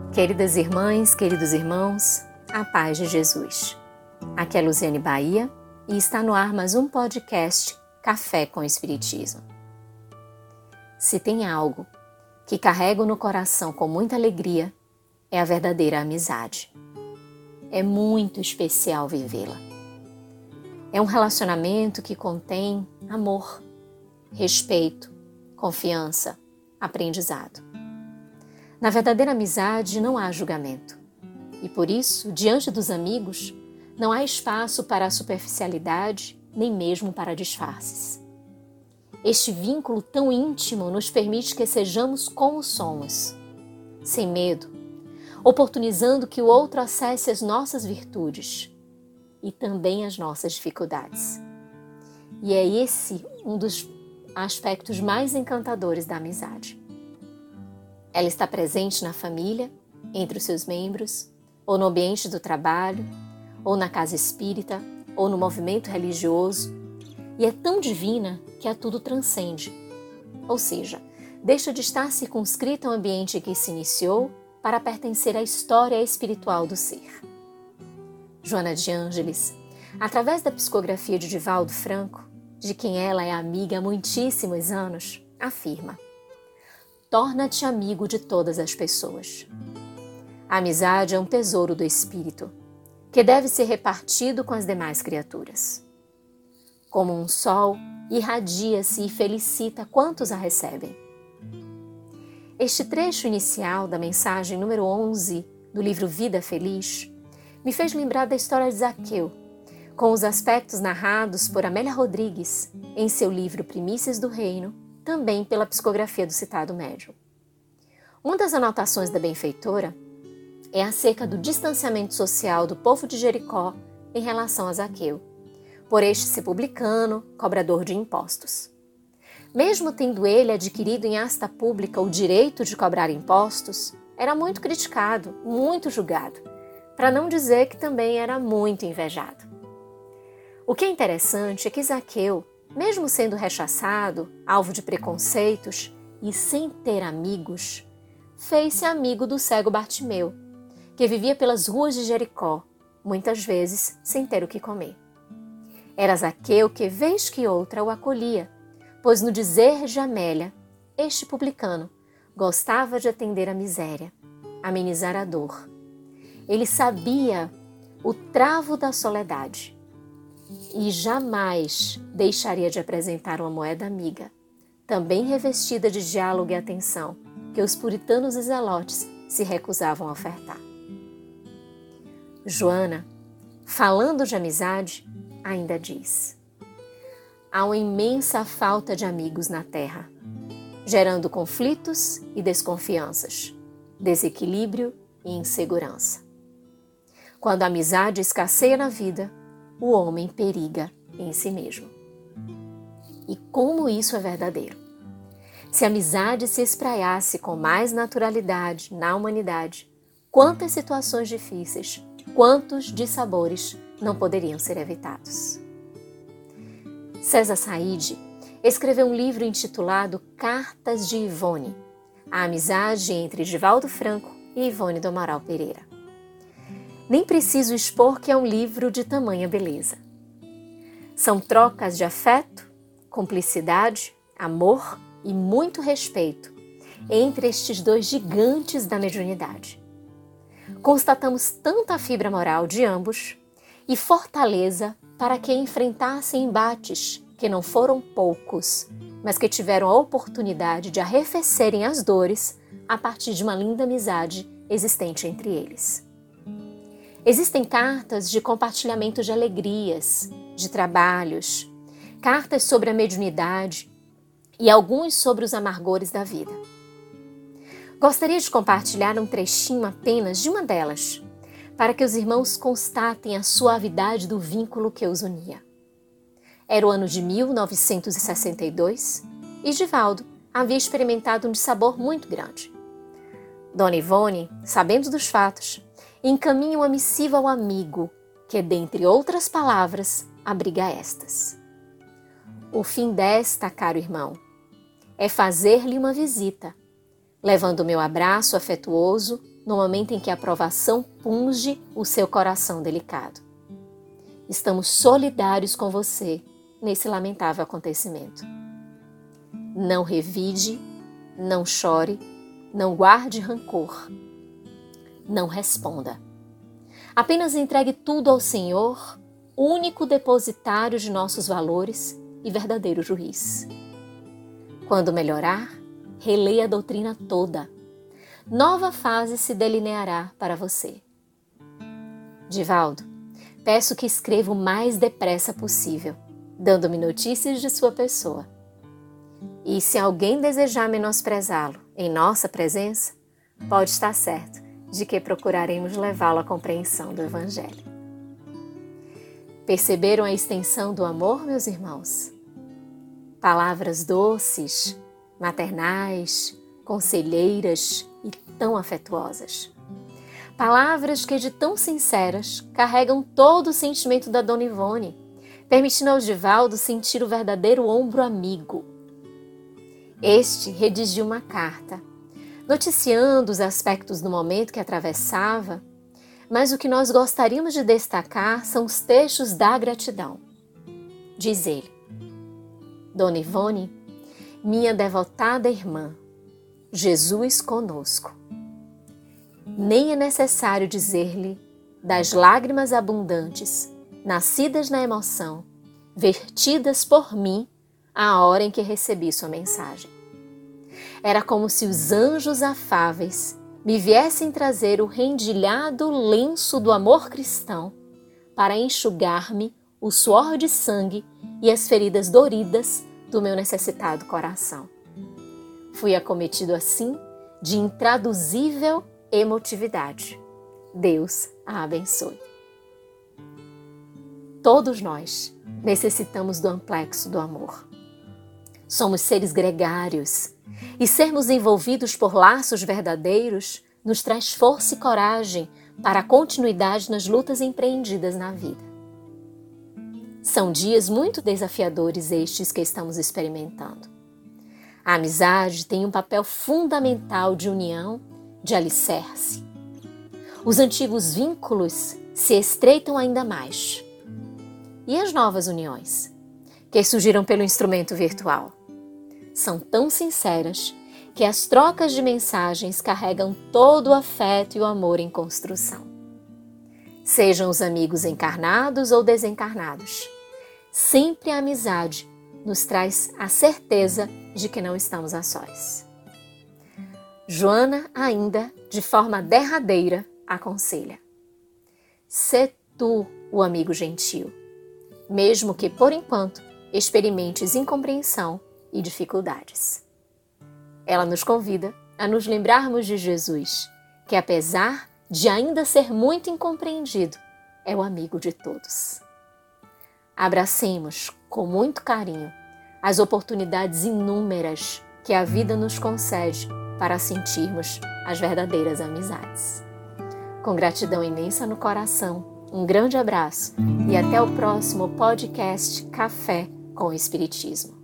Queridas irmãs, queridos irmãos, a paz de Jesus. Aqui é Luziane Bahia e está no ar mais um podcast Café com Espiritismo. Se tem algo que carrego no coração com muita alegria, é a verdadeira amizade. É muito especial vivê-la. É um relacionamento que contém amor, respeito, confiança, aprendizado. Na verdadeira amizade não há julgamento. E por isso, diante dos amigos, não há espaço para a superficialidade, nem mesmo para disfarces. Este vínculo tão íntimo nos permite que sejamos como somos, sem medo, oportunizando que o outro acesse as nossas virtudes e também as nossas dificuldades. E é esse um dos aspectos mais encantadores da amizade. Ela está presente na família, entre os seus membros, ou no ambiente do trabalho, ou na casa espírita, ou no movimento religioso, e é tão divina que a tudo transcende. Ou seja, deixa de estar circunscrita ao ambiente em que se iniciou para pertencer à história espiritual do ser. Joana de Ângeles, através da psicografia de Divaldo Franco, de quem ela é amiga há muitíssimos anos, afirma: torna-te amigo de todas as pessoas. A amizade é um tesouro do espírito, que deve ser repartido com as demais criaturas. Como um sol, irradia-se e felicita quantos a recebem. Este trecho inicial da mensagem número 11 do livro Vida Feliz me fez lembrar da história de Zaqueu, com os aspectos narrados por Amélia Rodrigues em seu livro Primícias do Reino, também pela psicografia do citado médium. Uma das anotações da benfeitora é acerca do distanciamento social do povo de Jericó em relação a Zaqueu, por este ser publicano, cobrador de impostos. Mesmo tendo ele adquirido em asta pública o direito de cobrar impostos, era muito criticado, muito julgado, para não dizer que também era muito invejado. O que é interessante é que Zaqueu, mesmo sendo rechaçado, alvo de preconceitos e sem ter amigos, fez-se amigo do cego Bartimeu, que vivia pelas ruas de Jericó, muitas vezes sem ter o que comer. Era Zaqueu que, vez que outra, o acolhia, pois no dizer de Amélia, este publicano gostava de atender a miséria, amenizar a dor. Ele sabia o travo da soledade e jamais deixaria de apresentar uma moeda amiga, também revestida de diálogo e atenção, que os puritanos e zelotes se recusavam a ofertar. Joana, falando de amizade, ainda diz: há uma imensa falta de amigos na terra, gerando conflitos e desconfianças, desequilíbrio e insegurança. Quando a amizade escasseia na vida, o homem periga em si mesmo. E como isso é verdadeiro? Se a amizade se espraiasse com mais naturalidade na humanidade, quantas situações difíceis, quantos dissabores não poderiam ser evitados? César Saide escreveu um livro intitulado Cartas de Ivone, a amizade entre Divaldo Franco e Ivone do Amaral Pereira. Nem preciso expor que é um livro de tamanha beleza. São trocas de afeto, cumplicidade, amor e muito respeito entre estes dois gigantes da mediunidade. Constatamos tanta fibra moral de ambos e fortaleza para que enfrentassem embates que não foram poucos, mas que tiveram a oportunidade de arrefecerem as dores a partir de uma linda amizade existente entre eles. Existem cartas de compartilhamento de alegrias, de trabalhos, cartas sobre a mediunidade e alguns sobre os amargores da vida. Gostaria de compartilhar um trechinho apenas de uma delas, para que os irmãos constatem a suavidade do vínculo que os unia. Era o ano de 1962 e Divaldo havia experimentado um dissabor muito grande. Dona Ivone, sabendo dos fatos, encaminha uma missiva ao amigo, que, dentre outras palavras, abriga estas: o fim desta, caro irmão, é fazer-lhe uma visita, levando meu abraço afetuoso no momento em que a provação punge o seu coração delicado. Estamos solidários com você nesse lamentável acontecimento. Não revide, não chore, não guarde rancor, não responda. Apenas entregue tudo ao Senhor, único depositário de nossos valores e verdadeiro juiz. Quando melhorar, releia a doutrina toda. Nova fase se delineará para você. Divaldo, peço que escreva o mais depressa possível, dando-me notícias de sua pessoa. E se alguém desejar menosprezá-lo em nossa presença, pode estar certo de que procuraremos levá-lo à compreensão do Evangelho. Perceberam a extensão do amor, meus irmãos? Palavras doces, maternais, conselheiras e tão afetuosas. Palavras que, de tão sinceras, carregam todo o sentimento da Dona Ivone, permitindo ao Divaldo sentir o verdadeiro ombro amigo. Este redigiu uma carta, noticiando os aspectos do momento que atravessava, mas o que nós gostaríamos de destacar são os textos da gratidão. Diz ele: Dona Ivone, minha devotada irmã, Jesus conosco. Nem é necessário dizer-lhe das lágrimas abundantes, nascidas na emoção, vertidas por mim à hora em que recebi sua mensagem. Era como se os anjos afáveis me viessem trazer o rendilhado lenço do amor cristão para enxugar-me o suor de sangue e as feridas doridas do meu necessitado coração. Fui acometido assim de intraduzível emotividade. Deus a abençoe. Todos nós necessitamos do amplexo do amor. Somos seres gregários e sermos envolvidos por laços verdadeiros nos traz força e coragem para a continuidade nas lutas empreendidas na vida. São dias muito desafiadores estes que estamos experimentando. A amizade tem um papel fundamental de união, de alicerce. Os antigos vínculos se estreitam ainda mais. E as novas uniões, que surgiram pelo instrumento virtual, são tão sinceras que as trocas de mensagens carregam todo o afeto e o amor em construção. Sejam os amigos encarnados ou desencarnados, sempre a amizade nos traz a certeza de que não estamos a sós. Joana ainda, de forma derradeira, aconselha: sê tu o amigo gentil, mesmo que, por enquanto, experimentes incompreensão e dificuldades. Ela nos convida a nos lembrarmos de Jesus, que apesar de ainda ser muito incompreendido, é o amigo de todos. Abracemos com muito carinho as oportunidades inúmeras que a vida nos concede para sentirmos as verdadeiras amizades. Com gratidão imensa no coração, um grande abraço e até o próximo podcast Café com o Espiritismo.